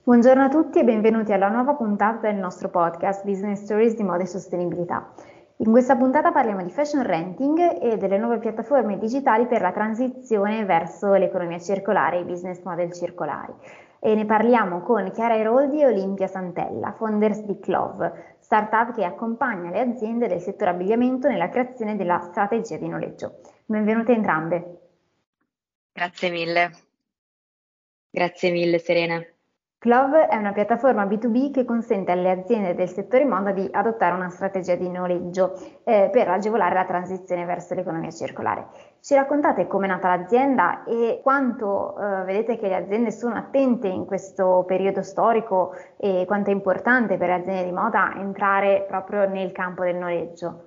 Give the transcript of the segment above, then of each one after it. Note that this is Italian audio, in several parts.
Buongiorno a tutti e benvenuti alla nuova puntata del nostro podcast Business Stories di moda e sostenibilità. In questa puntata parliamo di fashion renting e delle nuove piattaforme digitali per la transizione verso l'economia circolare e i business model circolari. E ne parliamo con Chiara Eroldi e Olimpia Santella, founders di Clove, startup che accompagna le aziende del settore abbigliamento nella creazione della strategia di noleggio. Benvenute entrambe. Grazie mille Serena. Clove è una piattaforma B2B che consente alle aziende del settore moda di adottare una strategia di noleggio per agevolare la transizione verso l'economia circolare. Ci raccontate come è nata l'azienda e quanto vedete che le aziende sono attente in questo periodo storico e quanto è importante per le aziende di moda entrare proprio nel campo del noleggio?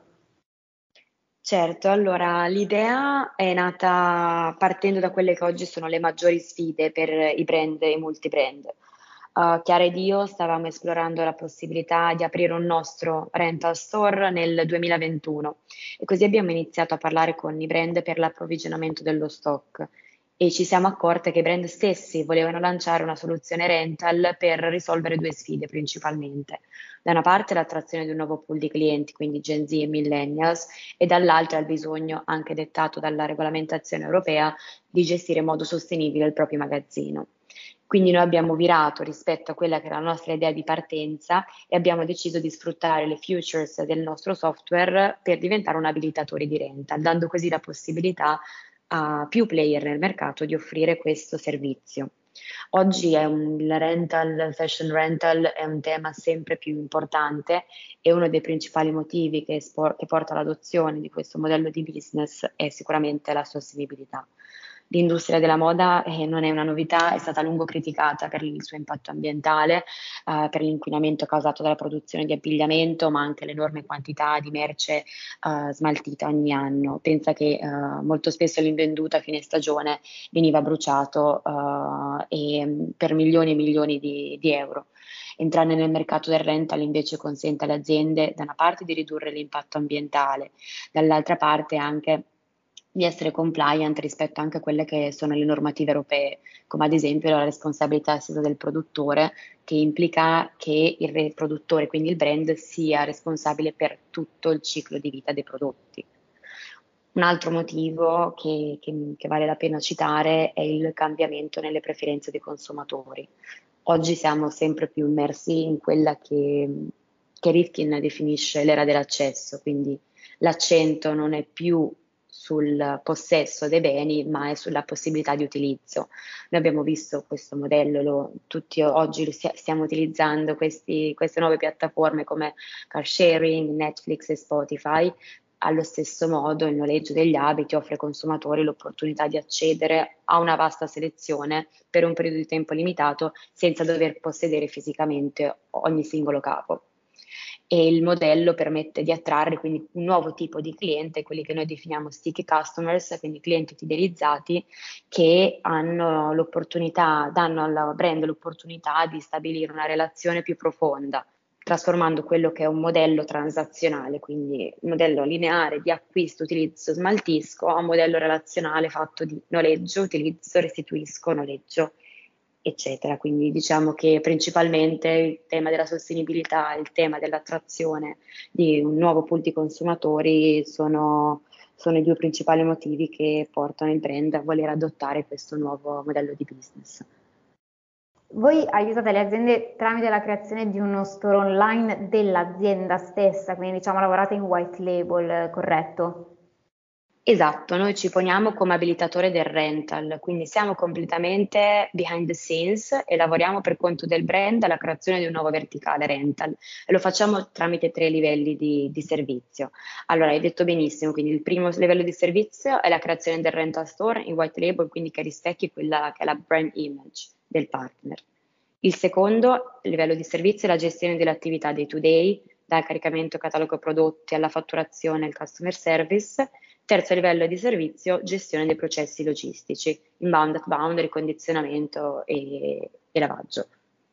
Certo, allora l'idea è nata partendo da quelle che oggi sono le maggiori sfide per i brand e i multibrand. Chiara ed io stavamo esplorando la possibilità di aprire un nostro rental store nel 2021 e così abbiamo iniziato a parlare con i brand per l'approvvigionamento dello stock e ci siamo accorte che i brand stessi volevano lanciare una soluzione rental per risolvere due sfide principalmente. Da una parte l'attrazione di un nuovo pool di clienti, quindi Gen Z e Millennials, e dall'altra il bisogno, anche dettato dalla regolamentazione europea, di gestire in modo sostenibile il proprio magazzino. Quindi noi abbiamo virato rispetto a quella che era la nostra idea di partenza e abbiamo deciso di sfruttare le features del nostro software per diventare un abilitatore di rental, dando così la possibilità a più player nel mercato di offrire questo servizio. Oggi il fashion rental è un tema sempre più importante e uno dei principali motivi che porta all'adozione di questo modello di business è sicuramente la sostenibilità. L'industria della moda non è una novità, è stata a lungo criticata per il suo impatto ambientale, per l'inquinamento causato dalla produzione di abbigliamento, ma anche l'enorme quantità di merce smaltita ogni anno. Pensa che molto spesso l'invenduto a fine stagione veniva bruciato per milioni e milioni di euro. Entrare nel mercato del rental invece consente alle aziende da una parte di ridurre l'impatto ambientale, dall'altra parte anche di essere compliant rispetto anche a quelle che sono le normative europee, come ad esempio la responsabilità estesa del produttore, che implica che il produttore, quindi il brand, sia responsabile per tutto il ciclo di vita dei prodotti. Un altro motivo che vale la pena citare è il cambiamento nelle preferenze dei consumatori. Oggi siamo sempre più immersi in quella che Rifkin definisce l'era dell'accesso, quindi l'accento non è più sul possesso dei beni, ma è sulla possibilità di utilizzo. Noi abbiamo visto questo modello, tutti oggi stiamo utilizzando queste nuove piattaforme come car sharing, Netflix e Spotify. Allo stesso modo, il noleggio degli abiti offre ai consumatori l'opportunità di accedere a una vasta selezione per un periodo di tempo limitato senza dover possedere fisicamente ogni singolo capo. E il modello permette di attrarre quindi un nuovo tipo di cliente, quelli che noi definiamo sticky customers, quindi clienti fidelizzati che danno al brand l'opportunità di stabilire una relazione più profonda, trasformando quello che è un modello transazionale, quindi un modello lineare di acquisto, utilizzo, smaltisco, a un modello relazionale fatto di noleggio, utilizzo, restituisco, noleggio, eccetera. Quindi diciamo che principalmente il tema della sostenibilità, il tema dell'attrazione di un nuovo pool di consumatori sono i due principali motivi che portano il brand a voler adottare questo nuovo modello di business. Voi aiutate le aziende tramite la creazione di uno store online dell'azienda stessa, quindi diciamo lavorate in white label, corretto? Esatto, noi ci poniamo come abilitatore del rental, quindi siamo completamente behind the scenes e lavoriamo per conto del brand alla creazione di un nuovo verticale rental e lo facciamo tramite 3 livelli di servizio. Allora, hai detto benissimo, quindi il primo livello di servizio è la creazione del rental store in white label, quindi che rispecchi quella che è la brand image del partner. Il secondo livello di servizio è la gestione delle attività day to day, dal caricamento catalogo prodotti alla fatturazione e al customer service. Terzo livello di servizio, gestione dei processi logistici, inbound, outbound, ricondizionamento e lavaggio.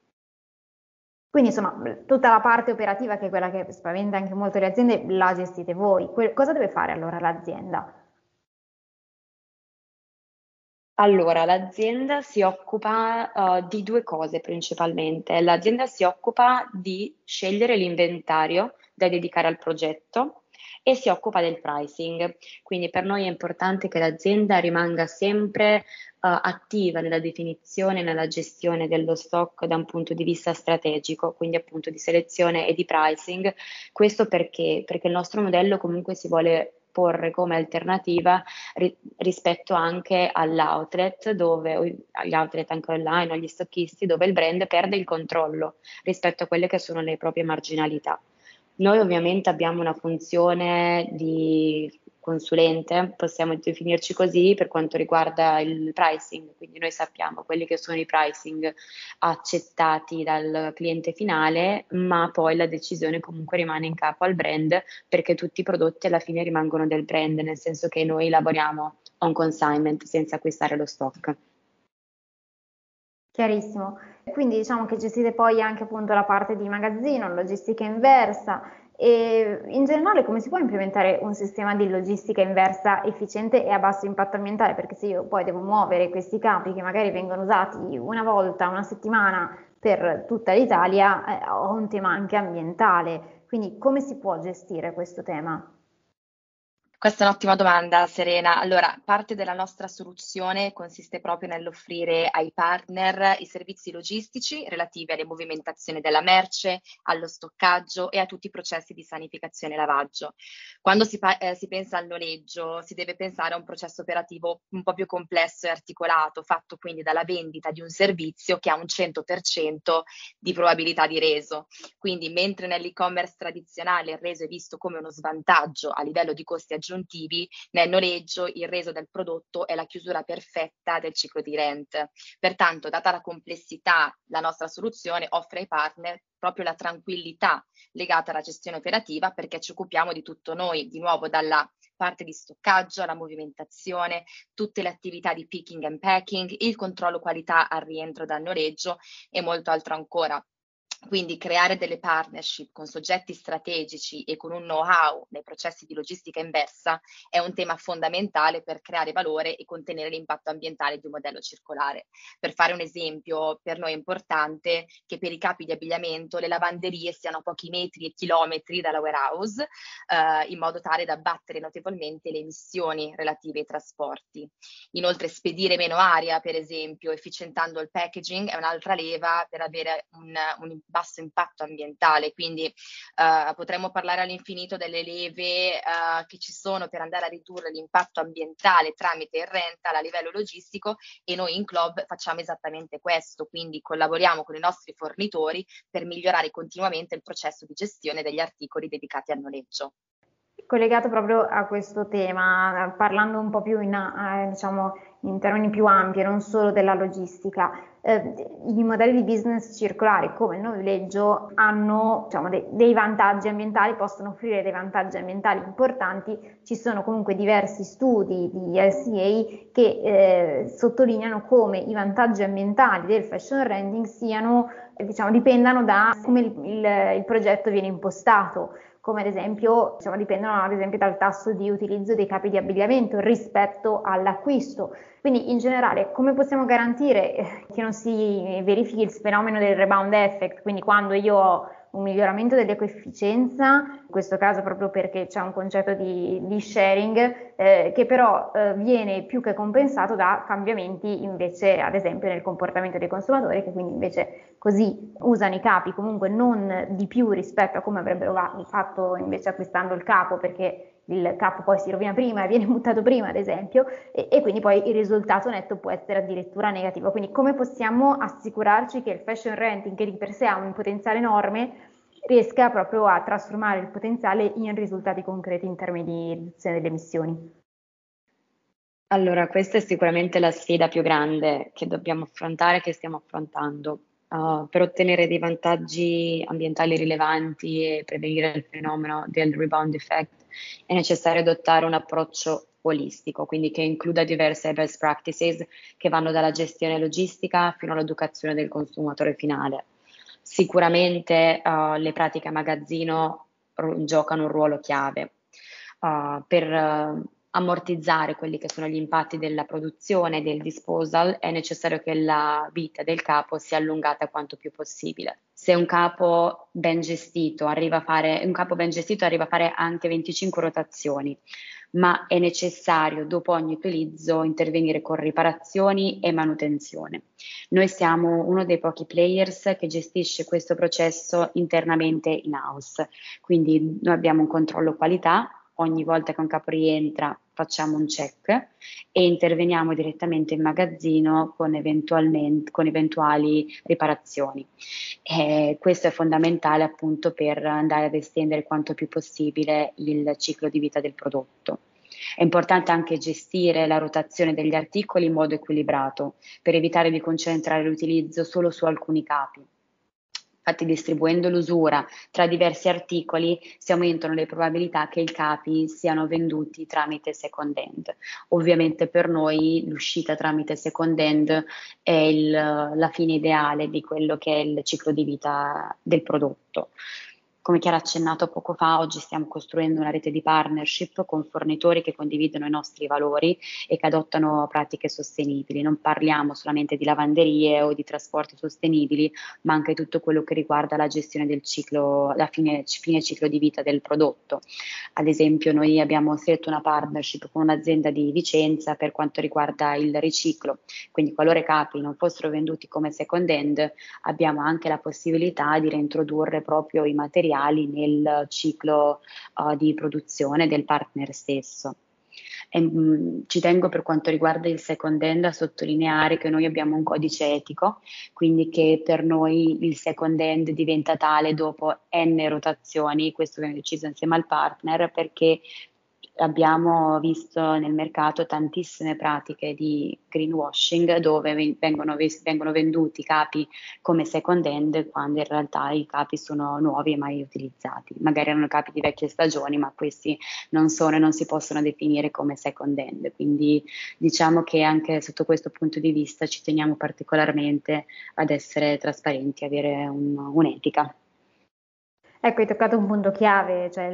Quindi insomma tutta la parte operativa che è quella che spaventa anche molto le aziende la gestite voi. Cosa deve fare allora l'azienda? Allora, l'azienda si occupa di due cose principalmente. L'azienda si occupa di scegliere l'inventario da dedicare al progetto e si occupa del pricing. Quindi per noi è importante che l'azienda rimanga sempre attiva nella definizione e nella gestione dello stock da un punto di vista strategico, quindi appunto di selezione e di pricing. Questo perché il nostro modello comunque si vuole porre come alternativa rispetto anche all'outlet, agli outlet anche online o agli stocchisti, dove il brand perde il controllo rispetto a quelle che sono le proprie marginalità. Noi ovviamente abbiamo una funzione di consulente, possiamo definirci così, per quanto riguarda il pricing, quindi noi sappiamo quelli che sono i pricing accettati dal cliente finale, ma poi la decisione comunque rimane in capo al brand, perché tutti i prodotti alla fine rimangono del brand, nel senso che noi lavoriamo on consignment senza acquistare lo stock. Chiarissimo. Quindi diciamo che gestite poi anche appunto la parte di magazzino, logistica inversa e in generale come si può implementare un sistema di logistica inversa efficiente e a basso impatto ambientale? Perché se io poi devo muovere questi capi che magari vengono usati una volta, una settimana per tutta l'Italia, ho un tema anche ambientale. Quindi come si può gestire questo tema? Questa è un'ottima domanda, Serena. Allora, parte della nostra soluzione consiste proprio nell'offrire ai partner i servizi logistici relativi alle movimentazioni della merce, allo stoccaggio e a tutti i processi di sanificazione e lavaggio. Quando si pensa al noleggio, si deve pensare a un processo operativo un po' più complesso e articolato, fatto quindi dalla vendita di un servizio che ha un 100% di probabilità di reso. Quindi, mentre nell'e-commerce tradizionale il reso è visto come uno svantaggio a livello di costi aggiuntivi, nel noleggio il reso del prodotto è la chiusura perfetta del ciclo di rent. Pertanto, data la complessità, la nostra soluzione offre ai partner proprio la tranquillità legata alla gestione operativa, perché ci occupiamo di tutto noi, di nuovo dalla parte di stoccaggio, alla movimentazione, tutte le attività di picking and packing, il controllo qualità al rientro dal noleggio e molto altro ancora. Quindi creare delle partnership con soggetti strategici e con un know-how nei processi di logistica inversa è un tema fondamentale per creare valore e contenere l'impatto ambientale di un modello circolare. Per fare un esempio, per noi è importante che per i capi di abbigliamento le lavanderie siano a pochi metri e chilometri dalla warehouse, in modo tale da abbattere notevolmente le emissioni relative ai trasporti. Inoltre spedire meno aria, per esempio, efficientando il packaging è un'altra leva per avere un basso impatto ambientale, quindi potremmo parlare all'infinito delle leve che ci sono per andare a ridurre l'impatto ambientale tramite il rental a livello logistico, e noi in Club facciamo esattamente questo, quindi collaboriamo con i nostri fornitori per migliorare continuamente il processo di gestione degli articoli dedicati al noleggio. Collegato proprio a questo tema, parlando un po' più diciamo, in termini più ampi, non solo della logistica, i modelli di business circolari come il noleggio hanno diciamo, dei vantaggi ambientali, possono offrire dei vantaggi ambientali importanti. Ci sono comunque diversi studi di LCA che sottolineano come i vantaggi ambientali del fashion renting siano, diciamo, dipendano da come il progetto viene impostato, come ad esempio dipendono ad esempio dal tasso di utilizzo dei capi di abbigliamento rispetto all'acquisto. Quindi in generale come possiamo garantire che non si verifichi il fenomeno del rebound effect, quindi quando io ho un miglioramento dell'ecoefficienza, in questo caso proprio perché c'è un concetto di sharing, che però viene più che compensato da cambiamenti invece ad esempio nel comportamento dei consumatori, che quindi invece così usano i capi comunque non di più rispetto a come avrebbero fatto invece acquistando il capo, perché il capo poi si rovina prima e viene buttato prima ad esempio, e quindi poi il risultato netto può essere addirittura negativo. Quindi come possiamo assicurarci che il fashion renting, che di per sé ha un potenziale enorme, riesca proprio a trasformare il potenziale in risultati concreti in termini di riduzione delle emissioni? Allora, questa è sicuramente la sfida più grande che dobbiamo affrontare, che stiamo affrontando. Per ottenere dei vantaggi ambientali rilevanti e prevenire il fenomeno del rebound effect è necessario adottare un approccio olistico, quindi che includa diverse best practices che vanno dalla gestione logistica fino all'educazione del consumatore finale. Sicuramente le pratiche a magazzino giocano un ruolo chiave. Per ammortizzare quelli che sono gli impatti della produzione e del disposal, è necessario che la vita del capo sia allungata quanto più possibile. Se un capo ben gestito arriva a fare anche 25 rotazioni, ma è necessario dopo ogni utilizzo intervenire con riparazioni e manutenzione. Noi siamo uno dei pochi players che gestisce questo processo internamente in-house, quindi noi abbiamo un controllo qualità. Ogni volta che un capo rientra facciamo un check e interveniamo direttamente in magazzino con eventuali riparazioni. Questo è fondamentale appunto per andare ad estendere quanto più possibile il ciclo di vita del prodotto. È importante anche gestire la rotazione degli articoli in modo equilibrato per evitare di concentrare l'utilizzo solo su alcuni capi. Infatti, distribuendo l'usura tra diversi articoli si aumentano le probabilità che i capi siano venduti tramite second hand. Ovviamente per noi l'uscita tramite second hand è la fine ideale di quello che è il ciclo di vita del prodotto. Come Chiara ha accennato poco fa, oggi stiamo costruendo una rete di partnership con fornitori che condividono i nostri valori e che adottano pratiche sostenibili. Non parliamo solamente di lavanderie o di trasporti sostenibili, ma anche tutto quello che riguarda la gestione del ciclo, la fine ciclo di vita del prodotto. Ad esempio, noi abbiamo stretto una partnership con un'azienda di Vicenza per quanto riguarda il riciclo. Quindi, qualora i capi non fossero venduti come second hand, abbiamo anche la possibilità di reintrodurre proprio i materiali nel ciclo di produzione del partner stesso. Ci tengo, per quanto riguarda il second hand, a sottolineare che noi abbiamo un codice etico, quindi che per noi il second hand diventa tale dopo n rotazioni. Questo viene deciso insieme al partner, perché abbiamo visto nel mercato tantissime pratiche di greenwashing dove vengono venduti capi come second hand quando in realtà i capi sono nuovi e mai utilizzati. Magari erano capi di vecchie stagioni, ma questi non sono e non si possono definire come second hand. Quindi diciamo che anche sotto questo punto di vista ci teniamo particolarmente ad essere trasparenti, avere un'etica. Ecco, hai toccato un punto chiave, cioè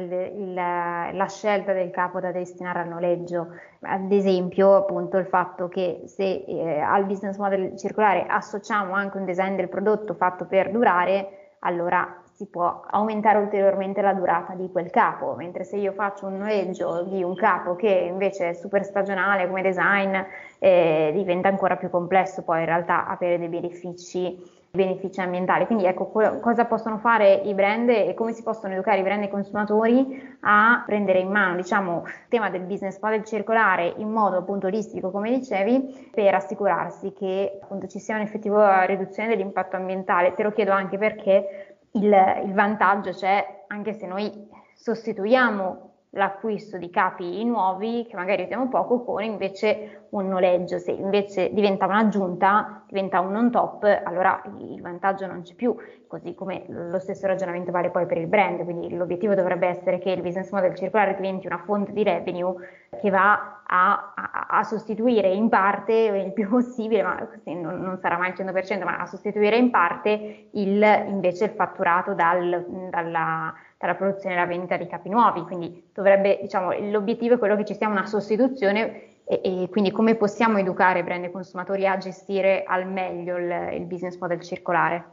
la scelta del capo da destinare al noleggio. Ad esempio, appunto, il fatto che se al business model circolare associamo anche un design del prodotto fatto per durare, allora si può aumentare ulteriormente la durata di quel capo, mentre se io faccio un noleggio di un capo che invece è super stagionale come design, diventa ancora più complesso poi in realtà avere dei benefici ambientali. Quindi ecco, cosa possono fare i brand e come si possono educare i brand e i consumatori a prendere in mano, diciamo, il tema del business model circolare in modo appunto olistico, come dicevi, per assicurarsi che appunto ci sia un'effettiva riduzione dell'impatto ambientale. Te lo chiedo anche perché il vantaggio c'è anche se noi sostituiamo l'acquisto di capi nuovi che magari usiamo poco con invece un noleggio. Se invece diventa un'aggiunta, diventa un on top, allora il vantaggio non c'è più, così come lo stesso ragionamento vale poi per il brand. Quindi l'obiettivo dovrebbe essere che il business model circolare diventi una fonte di revenue che va a sostituire in parte il più possibile, ma non sarà mai il 100%, ma a sostituire in parte invece il fatturato dalla produzione e la vendita di capi nuovi. Quindi dovrebbe, diciamo, l'obiettivo è quello che ci sia una sostituzione e quindi come possiamo educare brand e consumatori a gestire al meglio il business model circolare?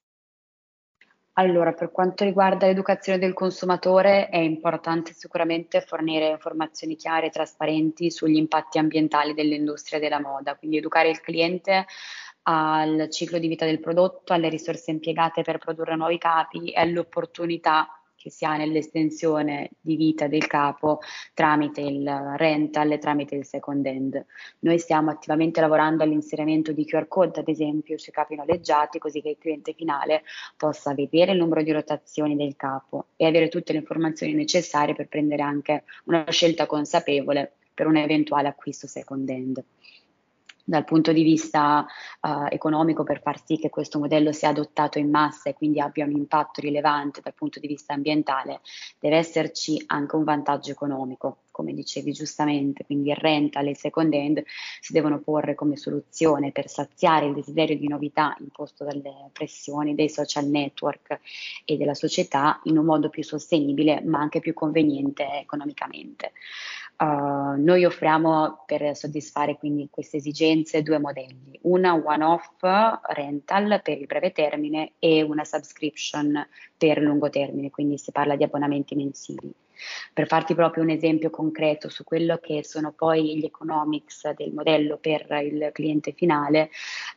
Allora, per quanto riguarda l'educazione del consumatore, è importante sicuramente fornire informazioni chiare e trasparenti sugli impatti ambientali dell'industria della moda, quindi educare il cliente al ciclo di vita del prodotto, alle risorse impiegate per produrre nuovi capi e all'opportunità che si ha nell'estensione di vita del capo tramite il rental e tramite il second hand. Noi stiamo attivamente lavorando all'inserimento di QR code, ad esempio, sui capi noleggiati, così che il cliente finale possa vedere il numero di rotazioni del capo e avere tutte le informazioni necessarie per prendere anche una scelta consapevole per un eventuale acquisto second hand. Dal punto di vista economico, per far sì che questo modello sia adottato in massa e quindi abbia un impatto rilevante dal punto di vista ambientale, deve esserci anche un vantaggio economico, come dicevi giustamente, quindi il rental e il second hand si devono porre come soluzione per saziare il desiderio di novità imposto dalle pressioni dei social network e della società in un modo più sostenibile ma anche più conveniente economicamente. Noi offriamo, per soddisfare quindi queste esigenze, due modelli: una one-off rental per il breve termine e una subscription per lungo termine, quindi si parla di abbonamenti mensili. Per farti proprio un esempio concreto su quello che sono poi gli economics del modello per il cliente finale,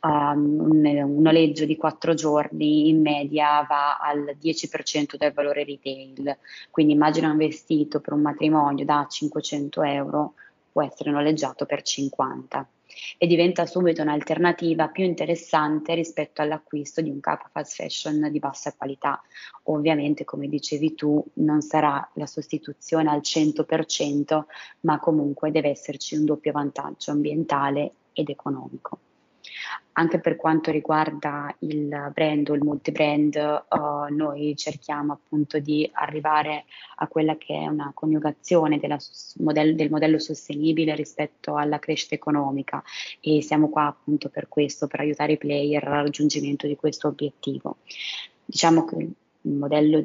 un noleggio di 4 giorni in media va al 10% del valore retail, quindi immagina un vestito per un matrimonio da 500 euro può essere noleggiato per 50 e diventa subito un'alternativa più interessante rispetto all'acquisto di un capo fast fashion di bassa qualità. Ovviamente, come dicevi tu, non sarà la sostituzione al 100%, ma comunque deve esserci un doppio vantaggio ambientale ed economico. Anche per quanto riguarda il brand o il multibrand, noi cerchiamo appunto di arrivare a quella che è una coniugazione del modello sostenibile rispetto alla crescita economica, e siamo qua appunto per questo, per aiutare i player al raggiungimento di questo obiettivo. Diciamo che il modello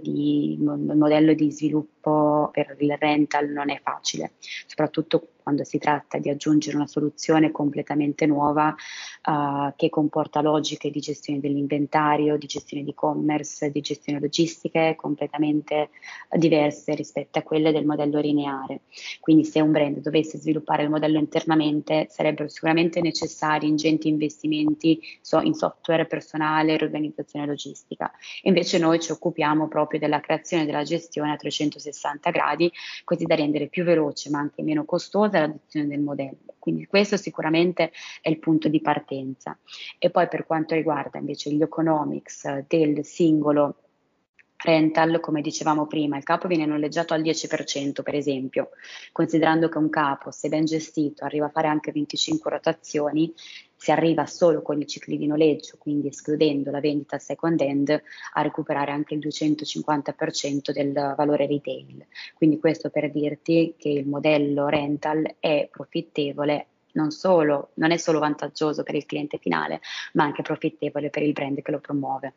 di sviluppo per il rental non è facile, soprattutto quando si tratta di aggiungere una soluzione completamente nuova, che comporta logiche di gestione dell'inventario, di gestione di e-commerce, di gestione logistiche completamente diverse rispetto a quelle del modello lineare. Quindi se un brand dovesse sviluppare il modello internamente, sarebbero sicuramente necessari ingenti investimenti in software personale e organizzazione logistica. Invece noi ci occupiamo proprio della creazione e della gestione a 360 gradi, così da rendere più veloce ma anche meno costosa l'adozione del modello. Quindi questo sicuramente è il punto di partenza. E poi per quanto riguarda invece gli economics del singolo rental, come dicevamo prima, il capo viene noleggiato al 10% per esempio, considerando che un capo, se ben gestito, arriva a fare anche 25 rotazioni, si arriva solo con i cicli di noleggio, quindi escludendo la vendita second hand, a recuperare anche il 250% del valore retail. Quindi questo per dirti che il modello rental è profittevole, non è solo vantaggioso per il cliente finale, ma anche profittevole per il brand che lo promuove.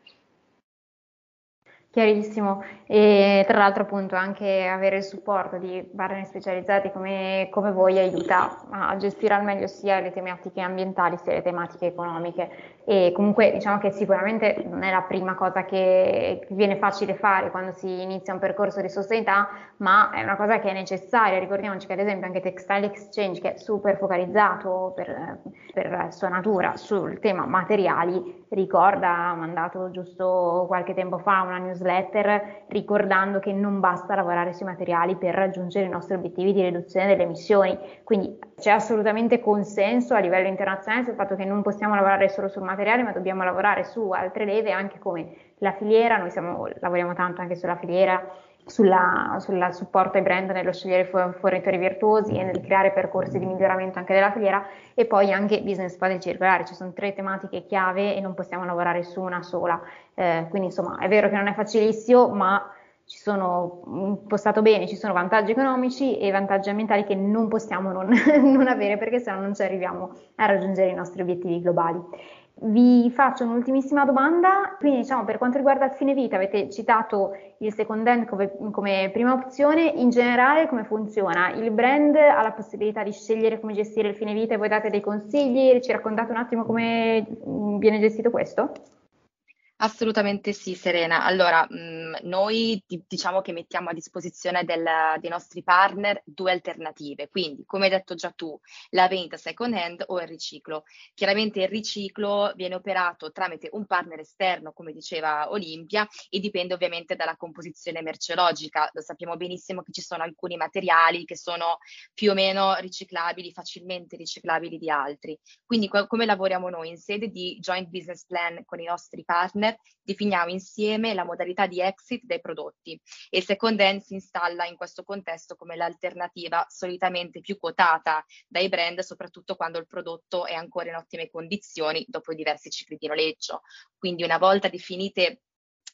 Chiarissimo, e tra l'altro appunto anche avere il supporto di partner specializzati come voi aiuta a gestire al meglio sia le tematiche ambientali sia le tematiche economiche, e comunque diciamo che sicuramente non è la prima cosa che viene facile fare quando si inizia un percorso di sostenibilità, ma è una cosa che è necessaria. Ricordiamoci che ad esempio anche Textile Exchange, che è super focalizzato per sua natura sul tema materiali, ha mandato giusto qualche tempo fa una newsletter ricordando che non basta lavorare sui materiali per raggiungere i nostri obiettivi di riduzione delle emissioni. Quindi c'è assolutamente consenso a livello internazionale sul fatto che non possiamo lavorare solo sul materiale, ma dobbiamo lavorare su altre leve, anche come la filiera. Noi lavoriamo tanto anche sulla filiera, sul supporto ai brand nello scegliere fornitori virtuosi e nel creare percorsi di miglioramento anche della filiera, e poi anche business model circolare. Ci sono 3 tematiche chiave e non possiamo lavorare su una sola, quindi insomma è vero che non è facilissimo, ma ci sono, impostato bene, ci sono vantaggi economici e vantaggi ambientali che non possiamo non avere, perché sennò non ci arriviamo a raggiungere i nostri obiettivi globali. Vi faccio un'ultimissima domanda, quindi diciamo per quanto riguarda il fine vita, avete citato il second hand come prima opzione. In generale come funziona? Il brand ha la possibilità di scegliere come gestire il fine vita e voi date dei consigli? Ci raccontate un attimo come viene gestito questo? Assolutamente sì, Serena. Allora, noi diciamo che mettiamo a disposizione dei nostri partner 2 alternative. Quindi, come hai detto già tu, la vendita second hand o il riciclo. Chiaramente il riciclo viene operato tramite un partner esterno, come diceva Olimpia, e dipende ovviamente dalla composizione merceologica. Lo sappiamo benissimo che ci sono alcuni materiali che sono più o meno riciclabili, facilmente riciclabili di altri. Quindi come lavoriamo noi? In sede di joint business plan con i nostri partner, definiamo insieme la modalità di exit dei prodotti, e il second hand si installa in questo contesto come l'alternativa solitamente più quotata dai brand, soprattutto quando il prodotto è ancora in ottime condizioni dopo diversi cicli di noleggio. Quindi una volta definite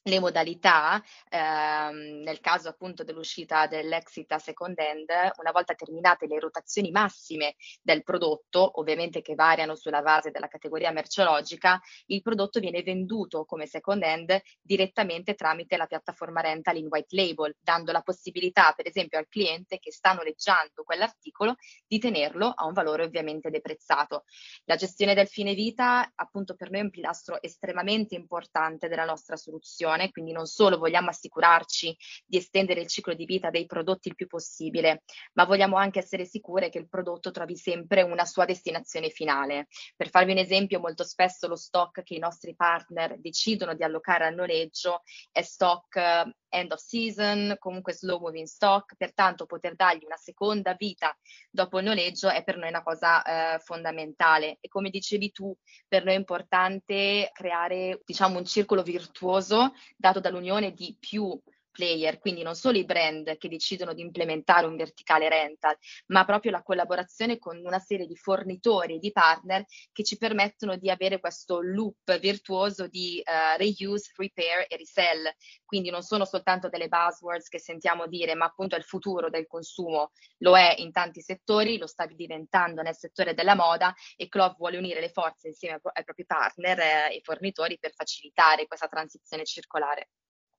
le modalità, nel caso appunto dell'uscita dell'exit a second hand, una volta terminate le rotazioni massime del prodotto, ovviamente che variano sulla base della categoria merceologica, il prodotto viene venduto come second hand direttamente tramite la piattaforma rental in white label, dando la possibilità per esempio al cliente che sta noleggiando quell'articolo di tenerlo a un valore ovviamente deprezzato. La gestione del fine vita appunto per noi è un pilastro estremamente importante della nostra soluzione, quindi non solo vogliamo assicurarci di estendere il ciclo di vita dei prodotti il più possibile, ma vogliamo anche essere sicure che il prodotto trovi sempre una sua destinazione finale. Per farvi un esempio, molto spesso lo stock che i nostri partner decidono di allocare al noleggio è stock end of season, comunque slow moving stock, pertanto poter dargli una seconda vita dopo il noleggio è per noi una cosa fondamentale. E come dicevi tu, per noi è importante creare, diciamo, un circolo virtuoso dato dall'unione di più player, quindi non solo i brand che decidono di implementare un verticale rental, ma proprio la collaborazione con una serie di fornitori e di partner che ci permettono di avere questo loop virtuoso di reuse, repair e resell. Quindi non sono soltanto delle buzzwords che sentiamo dire, ma appunto è il futuro del consumo, lo è in tanti settori, lo sta diventando nel settore della moda e Clove vuole unire le forze insieme ai propri partner e fornitori per facilitare questa transizione circolare.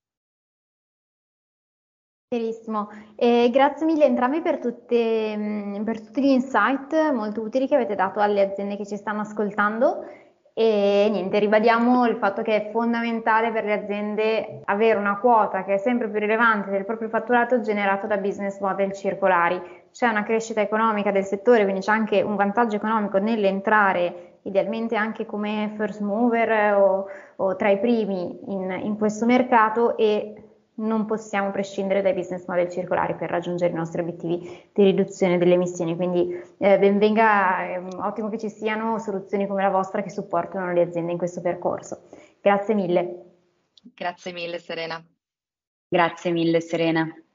Benissimo, grazie mille a entrambi per tutti gli insight molto utili che avete dato alle aziende che ci stanno ascoltando e niente, ribadiamo il fatto che è fondamentale per le aziende avere una quota che è sempre più rilevante del proprio fatturato generato da business model circolari. C'è una crescita economica del settore, quindi c'è anche un vantaggio economico nell'entrare idealmente anche come first mover o tra i primi in questo mercato e non possiamo prescindere dai business model circolari per raggiungere i nostri obiettivi di riduzione delle emissioni, quindi ben venga, è ottimo che ci siano soluzioni come la vostra che supportano le aziende in questo percorso. Grazie mille. Grazie mille Serena. Grazie mille Serena.